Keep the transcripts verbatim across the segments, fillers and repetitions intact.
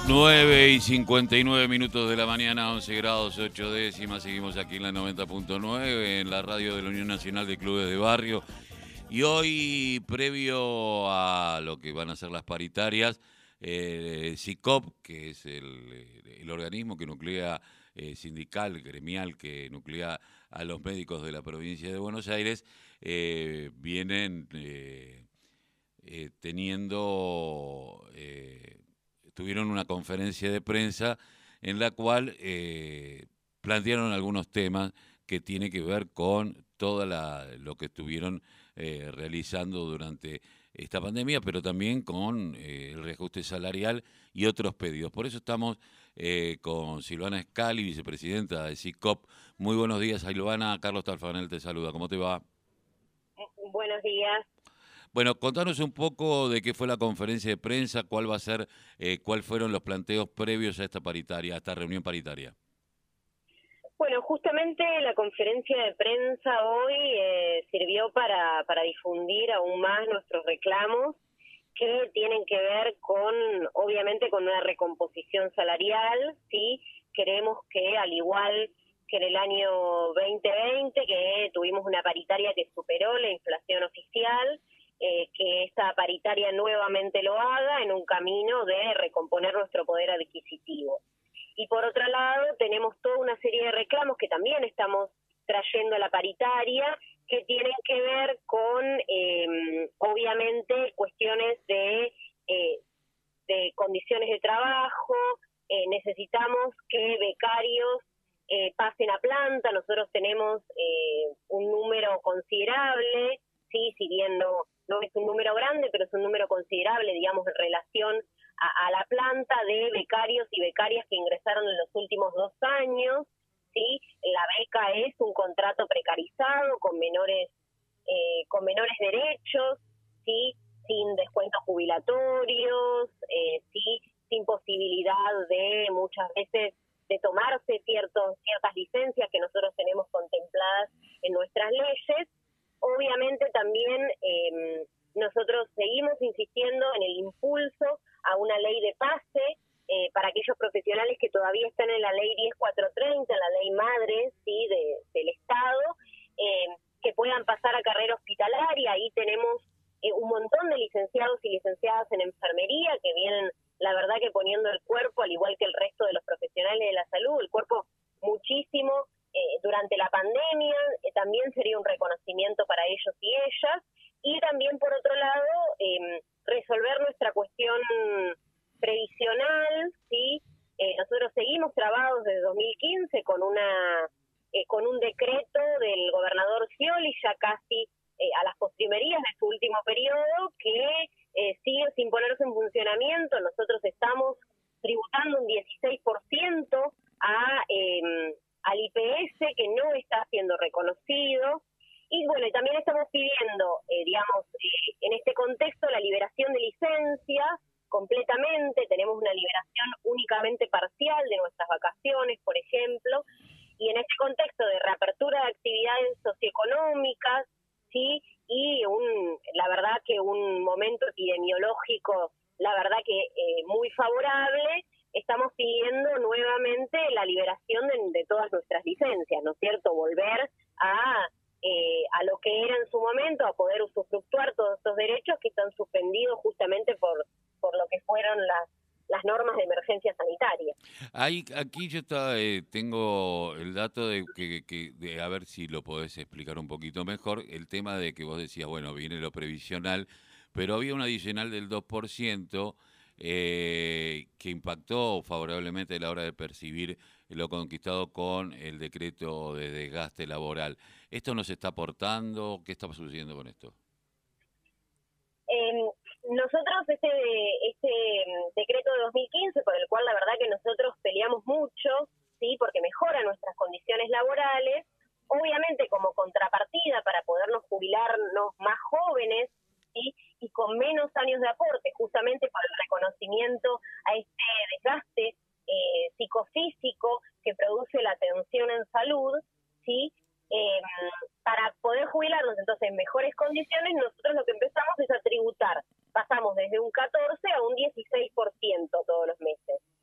nueve y cincuenta y nueve minutos de la mañana, once grados ocho décimas. Seguimos aquí en la noventa punto nueve, en la radio de la Unión Nacional de Clubes de Barrio. Y hoy, previo a lo que van a ser las paritarias, eh, SICOP, que es el, el organismo que nuclea, eh, sindical, gremial, que nuclea a los médicos de la provincia de Buenos Aires, eh, vienen eh, eh, teniendo... Eh, tuvieron una conferencia de prensa en la cual eh, plantearon algunos temas que tienen que ver con todo lo que estuvieron eh, realizando durante esta pandemia, pero también con eh, el reajuste salarial y otros pedidos. Por eso estamos eh, con Silvana Scali, vicepresidenta de SICOP. Muy buenos días, Silvana. Carlos Talfanel te saluda. ¿Cómo te va? Buenos días. Bueno, contanos un poco de qué fue la conferencia de prensa, cuál va a ser, eh, cuál fueron los planteos previos a esta paritaria, a esta reunión paritaria. Bueno, justamente la conferencia de prensa hoy eh, sirvió para, para difundir aún más nuestros reclamos, que tienen que ver con, obviamente, con una recomposición salarial, ¿sí? Queremos que, al igual que en el año veinte veinte, que tuvimos una paritaria que superó la inflación oficial, Eh, que esta paritaria nuevamente lo haga en un camino de recomponer nuestro poder adquisitivo. Y por otro lado, tenemos toda una serie de reclamos que también estamos trayendo a la paritaria, que tienen que ver con, eh, obviamente, cuestiones de, eh, de condiciones de trabajo. Eh, necesitamos que becarios eh, pasen a planta. Nosotros tenemos eh, un número considerable, sí, si bien no no es un número grande, pero es un número considerable, digamos, en relación a, a la planta de becarios y becarias que ingresaron en los últimos dos años, ¿sí? La beca es un contrato precarizado con menores eh, con menores derechos, ¿sí? Sin descuentos jubilatorios, eh, ¿sí? Sin posibilidad de, muchas veces, de tomarse ciertos ciertas licencias que nosotros tenemos contempladas en nuestras leyes. Obviamente también eh, nosotros seguimos insistiendo en el impulso a una ley de pase eh, para aquellos profesionales que todavía están en la ley diez mil cuatrocientos treinta, en la ley madre, ¿sí? de, del Estado, eh, que puedan pasar a carrera hospitalaria. Ahí tenemos eh, un montón de licenciados y licenciadas en enfermería que vienen, la verdad, que poniendo el cuerpo, al igual que el resto de los profesionales de la salud, el cuerpo muchísimo. Eh, durante la pandemia, eh, también sería un reconocimiento para ellos y ellas, y también, por otro lado, eh, resolver nuestra cuestión previsional, ¿sí? Eh, nosotros seguimos trabados desde dos mil quince con una eh, con un decreto del gobernador Scioli, ya casi eh, a las postrimerías de su último periodo, que eh, sigue sin ponerse en funcionamiento. Nosotros estamos tributando un dieciséis por ciento a... Eh, al I P S, que no está siendo reconocido, y bueno, y también estamos pidiendo, eh, digamos, eh, en este contexto, la liberación de licencias completamente. Tenemos una liberación únicamente parcial de nuestras vacaciones, por ejemplo, y en este contexto de reapertura de actividades socioeconómicas, sí, y un, la verdad que un momento epidemiológico, la verdad que eh, muy favorable, estamos pidiendo nuevamente la liberación de, de todas nuestras licencias, ¿no es cierto? Volver a, eh, a lo que era en su momento, a poder usufructuar todos estos derechos que están suspendidos justamente por, por lo que fueron las, las normas de emergencia sanitaria. Hay, aquí yo está, eh, tengo el dato de que, que de, a ver si lo podés explicar un poquito mejor, el tema de que vos decías, bueno, viene lo previsional, pero había un adicional del dos por ciento eh, que impactó favorablemente a la hora de percibir lo conquistado con el decreto de desgaste laboral. ¿Esto nos está aportando? ¿Qué está sucediendo con esto? Eh, nosotros este, este decreto de dos mil quince, por el cual la verdad que nosotros peleamos mucho, sí, porque mejora nuestras condiciones laborales, obviamente como contrapartida para podernos jubilarnos más jóvenes, ¿sí? Y con menos años de aporte, justamente por el reconocimiento a este desgaste eh, psicofísico que produce la atención en salud, ¿sí? Eh, para poder jubilarnos entonces en mejores condiciones, nosotros lo que empezamos es a tributar. Pasamos desde un catorce a un dieciséis por ciento todos los meses.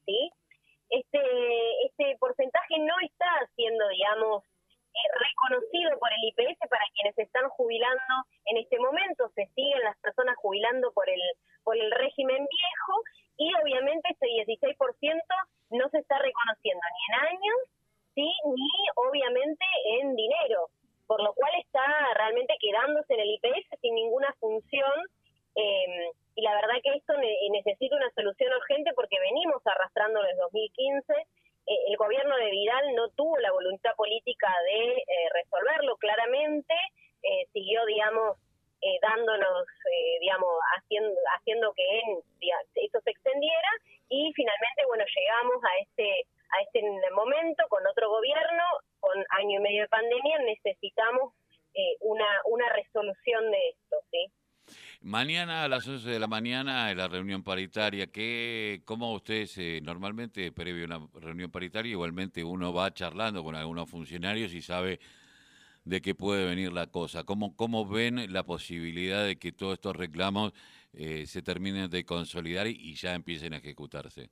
en este momento, se siguen las personas jubilando por el por el régimen viejo, y obviamente ese dieciséis por ciento no se está reconociendo ni en años, sí, ni obviamente en dinero, por lo cual está realmente quedándose en el I P S sin ninguna función, eh, y la verdad que esto ne- necesita una solución urgente porque venimos arrastrando desde dos mil quince. Eh, el gobierno de Vidal no tuvo la voluntad política de eh, resolverlo claramente, eh, siguió, digamos, eh, dándonos, eh, digamos, haciendo, haciendo que en, digamos, esto se extendiera, y finalmente, bueno, llegamos a este a este momento con otro gobierno, con año y medio de pandemia, necesitamos eh, una una resolución de esto, ¿sí? Mañana a las once de la mañana en la reunión paritaria, ¿qué, ¿cómo ustedes eh, normalmente, previo a una reunión paritaria, igualmente uno va charlando con algunos funcionarios y sabe de qué puede venir la cosa? ¿Cómo, cómo ven la posibilidad de que todos estos reclamos eh, se terminen de consolidar y, y ya empiecen a ejecutarse?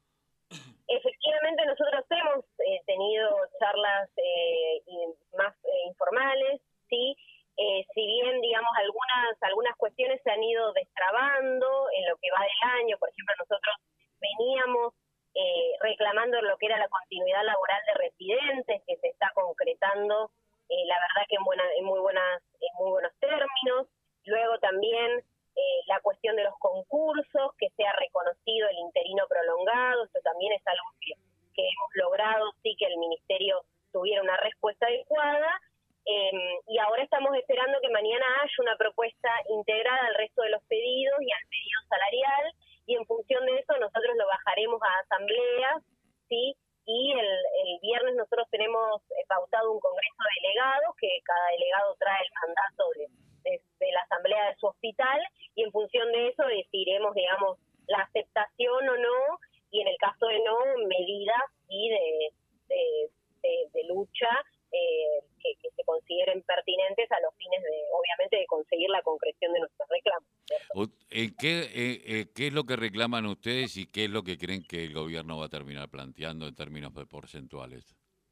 Efectivamente, nosotros hemos eh, tenido charlas eh, y más eh, informales, ¿sí? Eh, si bien, digamos, algunas algunas cuestiones se han ido destrabando en lo que va del año, por ejemplo, nosotros veníamos eh, reclamando lo que era la continuidad laboral de residentes, que se está concretando, eh, la verdad que en, buena, en, muy buenas, en muy buenos términos. Luego también eh, la cuestión de los concursos, que sea reconocido el interino prolongado, esto también es algo que, que hemos logrado, sí, que el Ministerio tuviera una respuesta adecuada. Eh, y ahora estamos esperando que mañana haya una propuesta integrada al resto de los pedidos y al pedido salarial, y en función de eso nosotros lo bajaremos a asambleas, ¿sí? Y el, el viernes nosotros tenemos pautado un congreso de delegados, que cada delegado trae el mandato de, de, de la asamblea de su hospital, y en función de eso decidiremos, digamos, la aceptación o no, y en el caso de no, medidas, ¿sí? de, de, de, de lucha, Eh, que, que se consideren pertinentes a los fines de, obviamente, de conseguir la concreción de nuestros reclamos, ¿cierto? ¿En qué, eh, eh, qué es lo que reclaman ustedes y qué es lo que creen que el gobierno va a terminar planteando en términos porcentuales?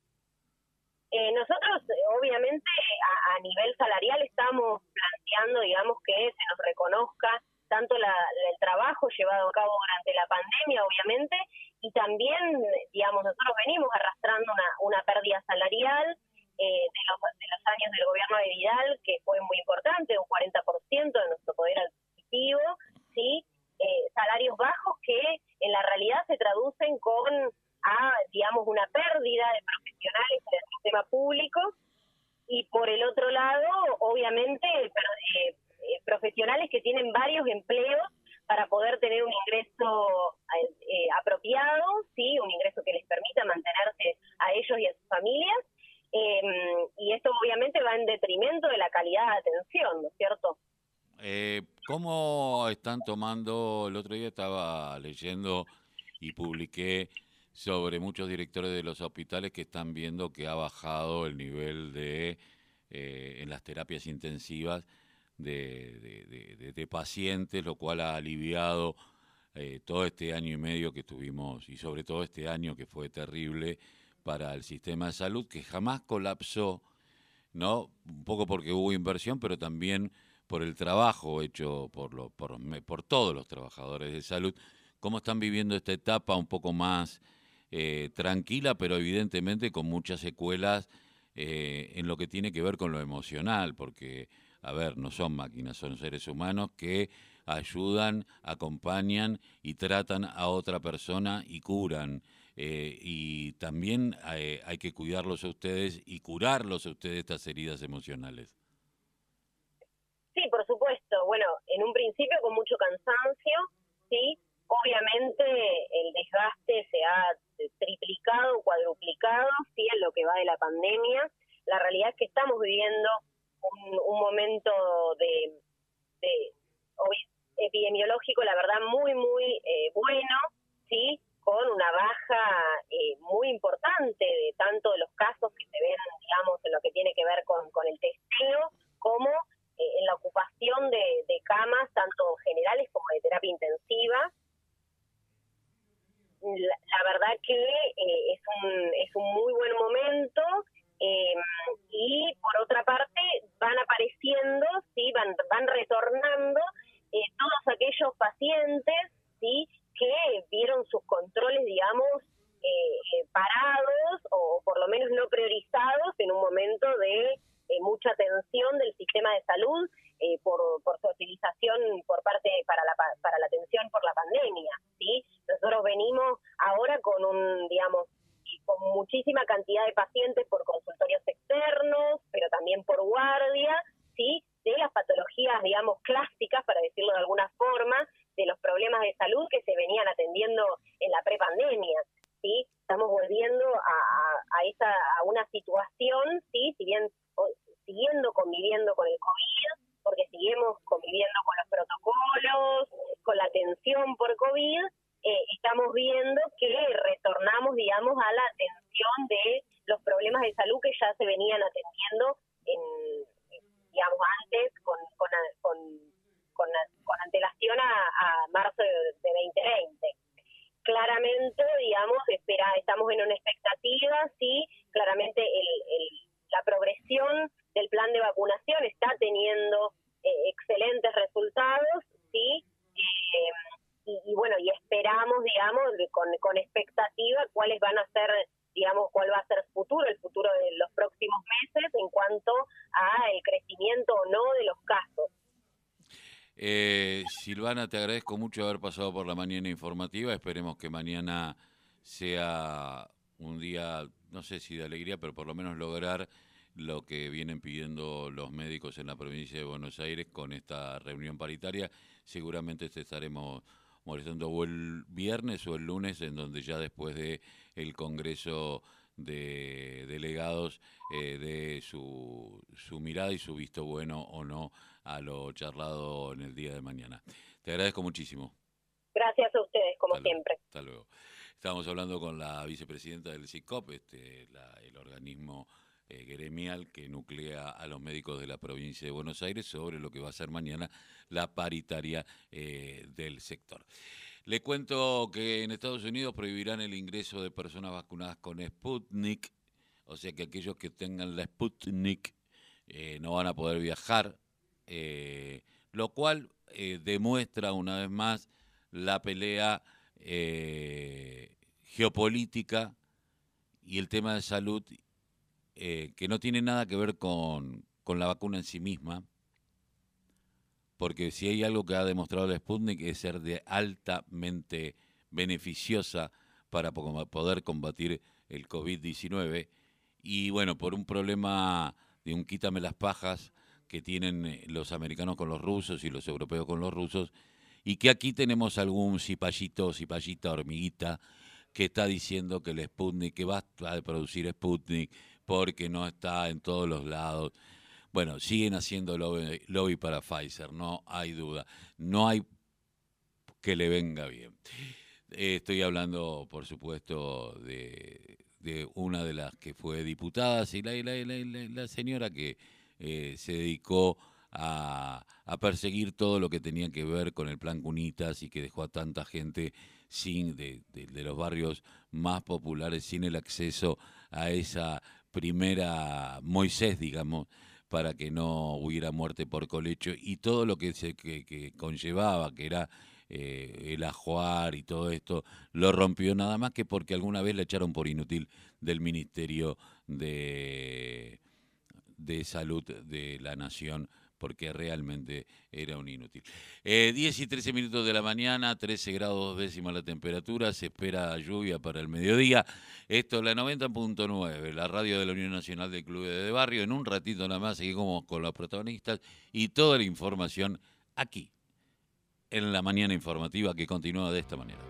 Eh, nosotros, eh, obviamente, a, a nivel salarial estamos planteando, digamos, que se nos reconozca tanto la, el trabajo llevado a cabo durante la pandemia, obviamente, y también, digamos, nosotros venimos arrastrando una, una pérdida salarial eh, de, los, de los años del gobierno de Vidal, que fue muy importante, un cuarenta por ciento de nuestro poder adquisitivo, ¿sí? Eh, salarios bajos que en la realidad se traducen con, a, digamos, una pérdida de profesionales en el sistema público, y por el otro lado, obviamente, eh, eh, profesionales que tienen varios empleos para poder tener un ingreso eh, apropiado, sí, un ingreso que les permita mantenerse a ellos y a sus familias, eh, y esto obviamente va en detrimento de la calidad de atención, ¿no es cierto? Eh, ¿Cómo están tomando? El otro día estaba leyendo y publiqué sobre muchos directores de los hospitales que están viendo que ha bajado el nivel de eh, en las terapias intensivas de, de, de, de, de pacientes, lo cual ha aliviado eh, todo este año y medio que tuvimos, y sobre todo este año que fue terrible para el sistema de salud, que jamás colapsó, ¿no? Un poco porque hubo inversión, pero también por el trabajo hecho por, lo, por, por todos los trabajadores de salud. ¿Cómo están viviendo esta etapa un poco más eh, tranquila, pero evidentemente con muchas secuelas eh, en lo que tiene que ver con lo emocional? Porque, a ver, no son máquinas, son seres humanos que ayudan, acompañan y tratan a otra persona y curan. Eh, y también eh, hay que cuidarlos a ustedes y curarlos a ustedes estas heridas emocionales. Sí, por supuesto. Bueno, en un principio con mucho cansancio, sí. Obviamente el desgaste se ha triplicado, cuadruplicado, sí, en lo que va de la pandemia. La realidad es que estamos viviendo un, un momento de, de epidemiológico, la verdad, muy, muy eh, bueno, sí, con una baja eh, muy importante de tanto de los casos que se ven, digamos, en lo que tiene que ver con, con el testeo, como eh, en la ocupación de, de camas, tanto generales como de terapia intensiva. La, la verdad que eh, es un es un muy buen momento, Eh, y por otra parte van apareciendo, sí, van, van retornando eh, todos aquellos pacientes, sí, que vieron sus controles, digamos, eh, eh, parados o por lo menos no priorizados en un momento de eh, mucha tensión del sistema de salud eh, por, por su utilización por parte para la para la atención por la pandemia, sí. Nosotros venimos ahora con un, digamos, con muchísima cantidad de pacientes por consultorios externos, pero también por guardia, sí, de las patologías, digamos, clásicas, para decirlo de alguna forma, de los problemas de salud que se venían atendiendo en la prepandemia, sí. Estamos volviendo a, a esa a una situación, sí, si bien o, siguiendo conviviendo con el COVID, porque seguimos conviviendo con los protocolos, con la atención por COVID. Eh, estamos viendo que retornamos, digamos, a la atención de los problemas de salud que ya se venían atendiendo, en, digamos, antes con con, con, con, con antelación a, a marzo de, de veinte veinte. Claramente, digamos, espera, estamos en una expectativa, sí, claramente el, el, la progresión del plan de vacunación está teniendo eh, excelentes resultados, sí, eh, Y, y bueno, y esperamos, digamos, con, con expectativa cuáles van a ser, digamos, cuál va a ser el futuro, el futuro de los próximos meses en cuanto a el crecimiento o no de los casos. Eh, Silvana, te agradezco mucho haber pasado por la mañana informativa. Esperemos que mañana sea un día, no sé si de alegría, pero por lo menos lograr lo que vienen pidiendo los médicos en la provincia de Buenos Aires con esta reunión paritaria. Seguramente te estaremos molestando o el viernes o el lunes, en donde ya después de el Congreso de Delegados eh, de su, su mirada y su visto bueno o no a lo charlado en el día de mañana. Te agradezco muchísimo. Gracias a ustedes, como hasta siempre. Luego, hasta luego. Estamos hablando con la vicepresidenta del SICOP, este, la, el organismo eh, gremial que nuclea a los médicos de la provincia de Buenos Aires, sobre lo que va a ser mañana la paritaria eh, del sector. Le cuento que en Estados Unidos prohibirán el ingreso de personas vacunadas con Sputnik, o sea que aquellos que tengan la Sputnik eh, no van a poder viajar, eh, lo cual eh, demuestra una vez más la pelea eh, geopolítica y el tema de salud eh, que no tiene nada que ver con, con la vacuna en sí misma, porque si hay algo que ha demostrado la Sputnik es ser de altamente beneficiosa para poder combatir el COVID diecinueve, y bueno, por un problema de un quítame las pajas que tienen los americanos con los rusos y los europeos con los rusos, y que aquí tenemos algún cipallito, cipallita, hormiguita, que está diciendo que el Sputnik, que va a producir Sputnik porque no está en todos los lados. Bueno, siguen haciendo lobby, lobby para Pfizer, no hay duda. No hay que le venga bien. Eh, estoy hablando, por supuesto, de, de una de las que fue diputada, y la, la, la, la, la señora que eh, se dedicó a, a perseguir todo lo que tenía que ver con el plan Cunitas y que dejó a tanta gente sin de, de, de los barrios más populares sin el acceso a esa primera Moisés, digamos, para que no hubiera muerte por colecho y todo lo que se que, que conllevaba, que era eh, el ajuar y todo esto, lo rompió nada más que porque alguna vez la echaron por inútil del Ministerio de, de Salud de la Nación, porque realmente era un inútil. Eh, diez y trece minutos de la mañana, trece grados dos décimas la temperatura, se espera lluvia para el mediodía. Esto es la noventa punto nueve, la radio de la Unión Nacional de Clubes de Barrio. En un ratito nada más seguimos con los protagonistas y toda la información aquí, en la mañana informativa que continúa de esta manera.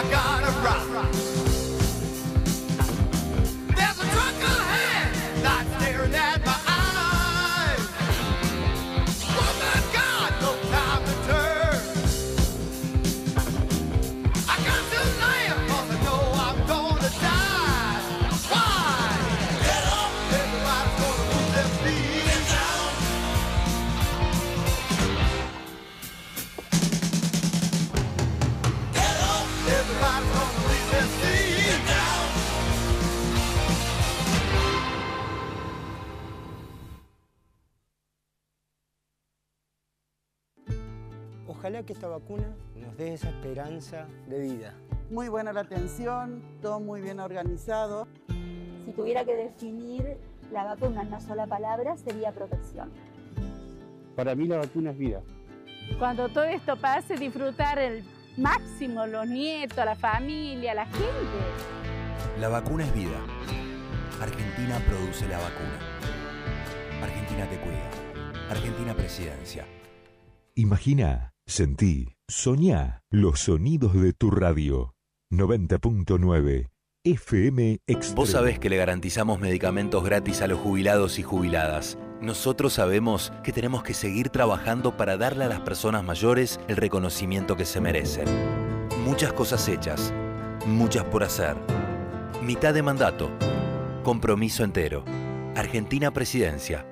I gotta rock. There's a truck ahead, not staring at my eyes. Woman, God, no time to turn. I got to land, 'cause I know I'm gonna die. Why? Get up, everybody's gonna move their feet. Get down. Get up, everybody's gonna leave their seat. Get down. Ojalá que esta vacuna nos dé esa esperanza de vida. Muy buena la atención, todo muy bien organizado. Si tuviera que definir la vacuna en una sola palabra, sería protección. Para mí la vacuna es vida. Cuando todo esto pase, disfrutar el máximo, los nietos, la familia, la gente. La vacuna es vida. Argentina produce la vacuna. Argentina te cuida. Argentina Presidencia. Imagina, sentí, soñá los sonidos de tu radio. noventa punto nueve F M Extremo. Vos sabés que le garantizamos medicamentos gratis a los jubilados y jubiladas. Nosotros sabemos que tenemos que seguir trabajando para darle a las personas mayores el reconocimiento que se merecen. Muchas cosas hechas, muchas por hacer. Mitad de mandato, compromiso entero. Argentina Presidencia.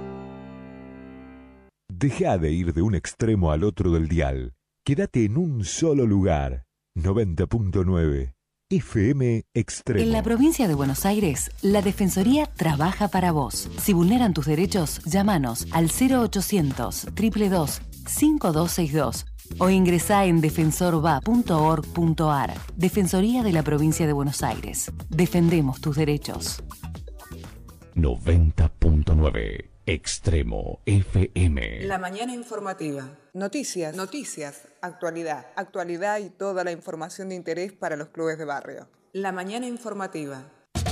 Deja de ir de un extremo al otro del dial. Quédate en un solo lugar. noventa punto nueve F M Extremo. En la provincia de Buenos Aires, la Defensoría trabaja para vos. Si vulneran tus derechos, llámanos al cero ochocientos, dos dos dos, cinco dos seis dos o ingresá en defensorva punto org punto ar. Defensoría de la Provincia de Buenos Aires. Defendemos tus derechos. noventa punto nueve Extremo F M. La mañana informativa. Noticias, noticias, actualidad, actualidad y toda la información de interés para los clubes de barrio. La mañana informativa.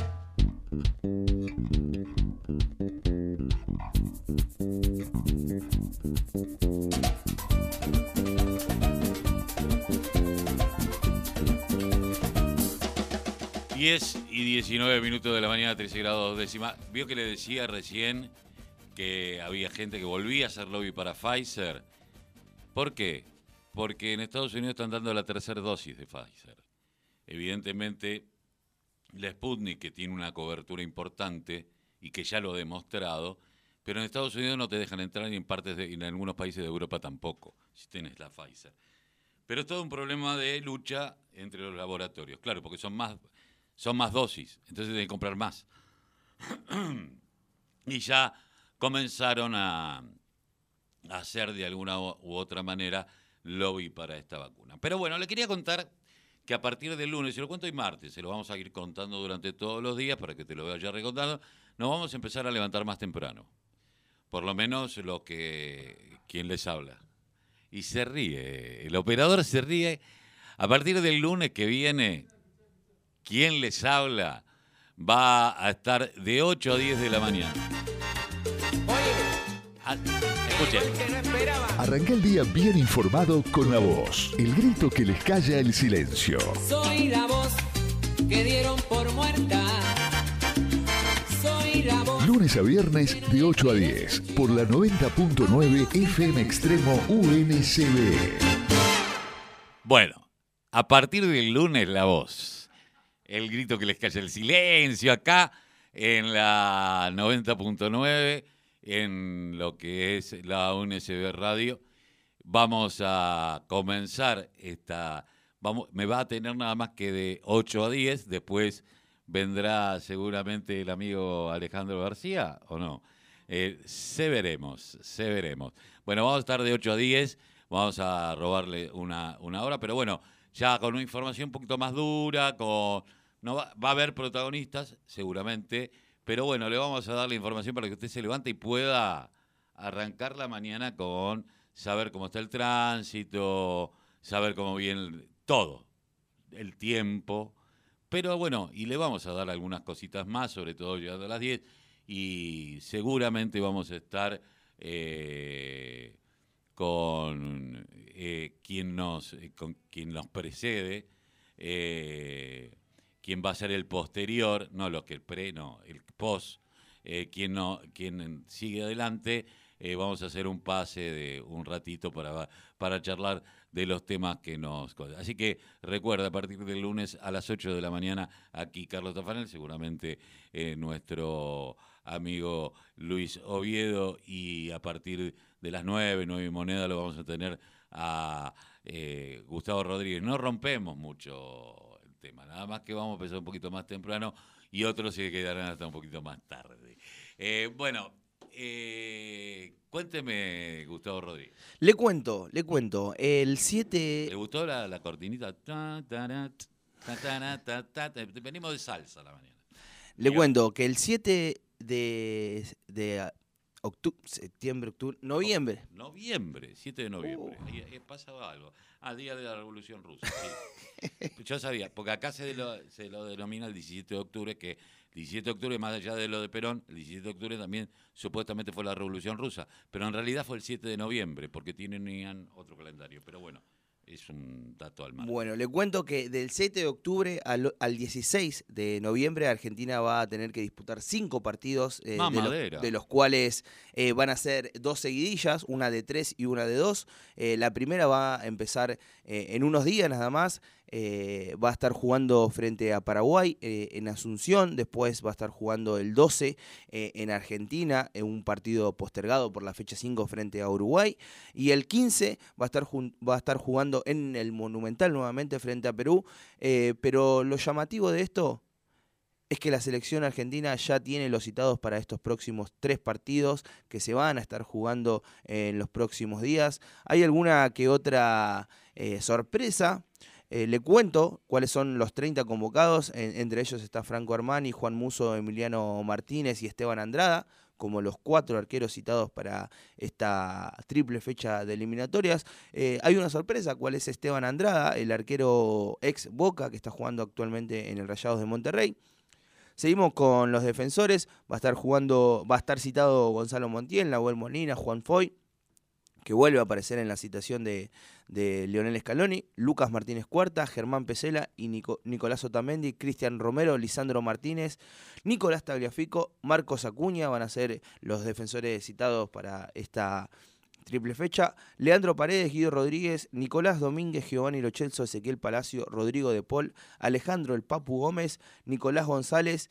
diez y diecinueve minutos de la mañana, trece grados décima. Vio que le decía recién que había gente que volvía a hacer lobby para Pfizer. ¿Por qué? Porque en Estados Unidos están dando la tercera dosis de Pfizer. Evidentemente, la Sputnik, que tiene una cobertura importante y que ya lo ha demostrado, pero en Estados Unidos no te dejan entrar y en partes de, en algunos países de Europa tampoco, si tienes la Pfizer. Pero es todo un problema de lucha entre los laboratorios, claro, porque son más, son más dosis, entonces tienen que comprar más. Y ya comenzaron a, a hacer de alguna u otra manera lobby para esta vacuna. Pero bueno, le quería contar que a partir del lunes, se lo cuento hoy martes, se lo vamos a ir contando durante todos los días para que te lo vaya recontando, nos vamos a empezar a levantar más temprano. Por lo menos lo que quien les habla. Y se ríe, el operador se ríe. A partir del lunes que viene, quien les habla va a estar de ocho a diez de la mañana. Escuchen. Arranca el día bien informado con la voz. El grito que les calla el silencio. Soy la voz que dieron por muerta. Soy la voz. Lunes a viernes de ocho a diez por la noventa punto nueve F M Extremo U N C B. Bueno, a partir del lunes la voz. El grito que les calla el silencio acá en la noventa punto nueve. En lo que es la U N C B Radio, vamos a comenzar esta, vamos, me va a tener nada más que de ocho a diez, después vendrá seguramente el amigo Alejandro García, ¿o no? Eh, se veremos, se veremos. Bueno, vamos a estar de ocho a diez, vamos a robarle una, una hora, pero bueno, ya con una información un poquito más dura, con no va, va a haber protagonistas, seguramente. Pero bueno, le vamos a dar la información para que usted se levante y pueda arrancar la mañana con saber cómo está el tránsito, saber cómo viene todo, el tiempo. Pero bueno, y le vamos a dar algunas cositas más, sobre todo llegando a las diez, y seguramente vamos a estar eh, con, eh, quien nos, con quien nos precede, eh, quién va a ser el posterior, no lo que el pre, no, el post, eh, quién, no, quién sigue adelante. Eh, vamos a hacer un pase de un ratito para, para charlar de los temas que nos... Así que recuerda, a partir del lunes a las ocho de la mañana, aquí Carlos Tafanel, seguramente eh, nuestro amigo Luis Oviedo, y a partir de las nueve, nueve y moneda, lo vamos a tener a eh, Gustavo Rodríguez. No rompemos mucho el tema, nada más que vamos a empezar un poquito más temprano y otros se quedarán hasta un poquito más tarde. Eh, bueno... Eh, cuénteme, Gustavo Rodríguez. Le cuento, le cuento. El siete... ¿Le gustó la, la cortinita? Ta, ta, ta, ta, ta, ta, ta. Venimos de salsa a la mañana. Le cuento que el siete de, de octubre, septiembre, octubre, noviembre. Oh, noviembre, siete de noviembre. Uh. Ahí, ahí pasaba algo. Ah, día de la Revolución Rusa. Sí. Yo sabía, porque acá se lo, se lo denomina el diecisiete de octubre, que diecisiete de octubre, más allá de lo de Perón, el diecisiete de octubre también supuestamente fue la Revolución Rusa, pero en realidad fue el siete de noviembre, porque tienen otro calendario, pero bueno, es un dato al margen. Bueno, le cuento que del siete de octubre al, al dieciséis de noviembre Argentina va a tener que disputar cinco partidos, eh, de, lo, de los cuales eh, van a ser dos seguidillas, una de tres y una de dos. Eh, la primera va a empezar eh, en unos días nada más. Eh, va a estar jugando frente a Paraguay eh, en Asunción, después va a estar jugando el doce eh, en Argentina, en un partido postergado por la fecha cinco frente a Uruguay, y el quince va a estar, va a estar jugando en el Monumental nuevamente frente a Perú, eh, pero lo llamativo de esto es que la selección argentina ya tiene los citados para estos próximos tres partidos que se van a estar jugando en los próximos días. Hay alguna que otra eh, sorpresa. Eh, le cuento cuáles son los treinta convocados, en, entre ellos está Franco Armani, Juan Musso, Emiliano Martínez y Esteban Andrada, como los cuatro arqueros citados para esta triple fecha de eliminatorias. Eh, hay una sorpresa, ¿cuál es Esteban Andrada, el arquero ex Boca que está jugando actualmente en el Rayados de Monterrey? Seguimos con los defensores, va a estar jugando, va a estar citado Gonzalo Montiel, Nahuel Molina, Juan Foy, que vuelve a aparecer en la citación de, de Lionel Scaloni, Lucas Martínez Cuarta, Germán Pesela y Nico, Nicolás Otamendi, Cristian Romero, Lisandro Martínez, Nicolás Tagliafico, Marcos Acuña van a ser los defensores citados para esta triple fecha. Leandro Paredes, Guido Rodríguez, Nicolás Domínguez, Giovanni Lo Celso, Ezequiel Palacio, Rodrigo De Paul, Alejandro El Papu Gómez, Nicolás González.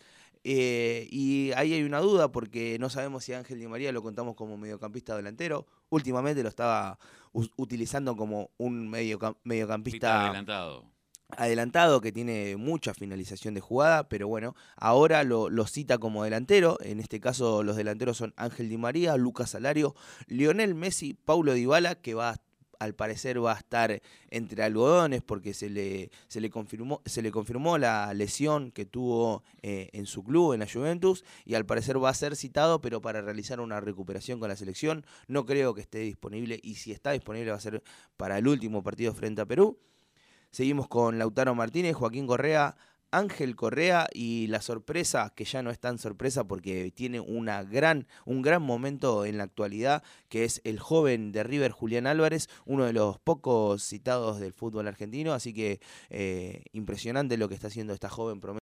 Eh, y ahí hay una duda porque no sabemos si Ángel Di María lo contamos como mediocampista delantero. Últimamente lo estaba utilizando como un mediocamp mediocampista adelantado. adelantado que tiene mucha finalización de jugada, pero bueno, ahora lo, lo cita como delantero. En este caso los delanteros son Ángel Di María, Lucas Alario, Lionel Messi, Paulo Dybala, que va a al parecer va a estar entre algodones porque se le, se le, confirmó, se le confirmó la lesión que tuvo eh, en su club, en la Juventus, y al parecer va a ser citado, pero para realizar una recuperación con la selección. No creo que esté disponible, y si está disponible va a ser para el último partido frente a Perú. Seguimos con Lautaro Martínez, Joaquín Correa, Ángel Correa, y la sorpresa, que ya no es tan sorpresa porque tiene una gran, un gran momento en la actualidad, que es el joven de River, Julián Álvarez, uno de los pocos citados del fútbol argentino, así que eh, impresionante lo que está haciendo esta joven promesa